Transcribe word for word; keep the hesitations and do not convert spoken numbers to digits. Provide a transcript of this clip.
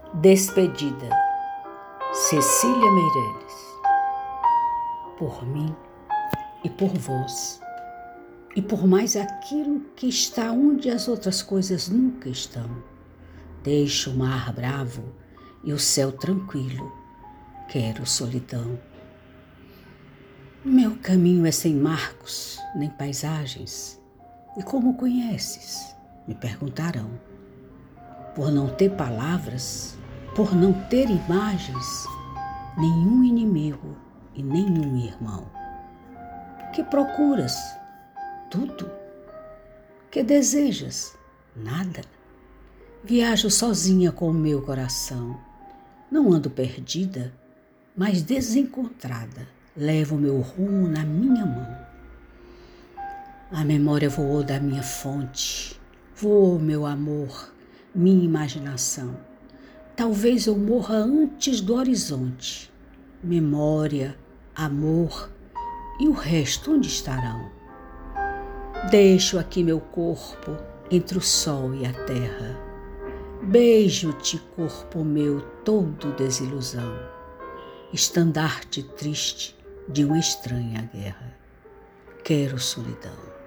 Despedida. Cecília Meirelles. Por mim e por vós, e por mais aquilo que está onde as outras coisas nunca estão, deixo o mar bravo e o céu tranquilo, quero solidão. Meu caminho é sem marcos nem paisagens, e como conheces? Me perguntarão. Por não ter palavras, por não ter imagens, nenhum inimigo e nenhum irmão. Que procuras? Tudo. Que desejas? Nada. Viajo sozinha com o meu coração. Não ando perdida, mas desencontrada. Levo o meu rumo na minha mão. A memória voou da minha fonte, voou meu amor, minha imaginação. Talvez eu morra antes do horizonte. Memória, amor e o resto onde estarão? Deixo aqui meu corpo entre o sol e a terra. Beijo-te, corpo meu, todo desilusão. Estandarte triste de uma estranha guerra. Quero solidão.